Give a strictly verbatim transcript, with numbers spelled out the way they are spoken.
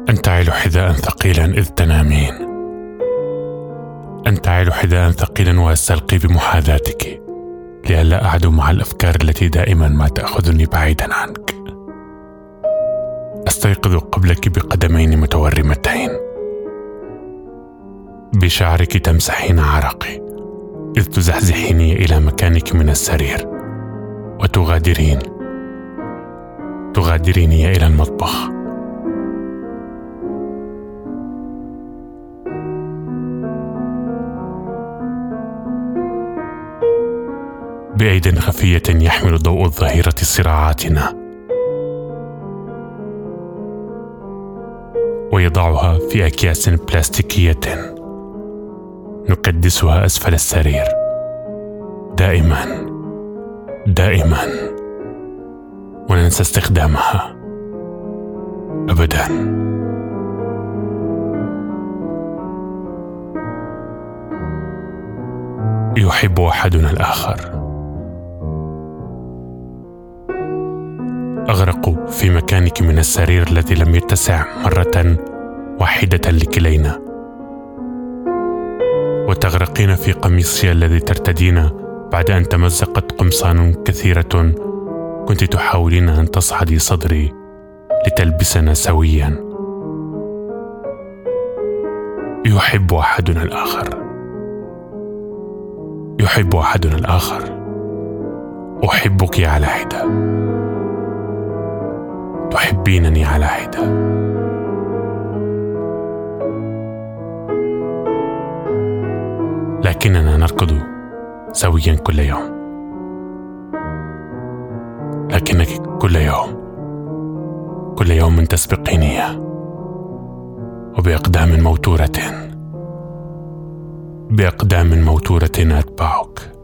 أنتعل حذاء ثقيلا إذ تنامين، أنتعل حذاء ثقيلا وأستلقي بمحاذاتك لئلا أعدو مع الأفكار التي دائما ما تأخذني بعيدا عنك. أستيقظ قبلك بقدمين متورمتين، بشعرك تمسحين عرقي إذ تزحزحيني إلى مكانك من السرير وتغادرين تغادريني إلى المطبخ. بأيد خفية يحمل ضوء الظهيرة صراعاتنا، ويضعها في أكياس بلاستيكية نقدسها أسفل السرير دائما دائما، وننسى استخدامها أبدا. يحب أحدنا الآخر. أغرق في مكانك من السرير الذي لم يتسع مرة واحدة لكلينا، وتغرقين في قميصي الذي ترتدين بعد أن تمزقت قمصان كثيرة كنت تحاولين أن تصعدي صدري لتلبسنا سويا. يحب أحدنا الآخر. يحب أحدنا الآخر. أحبك على حدة، تحبينني على حدة. لكننا نركض سويا كل يوم، لكنك كل يوم كل يوم تسبقيني وبأقدام موتورة بأقدام موتورة أتبعك.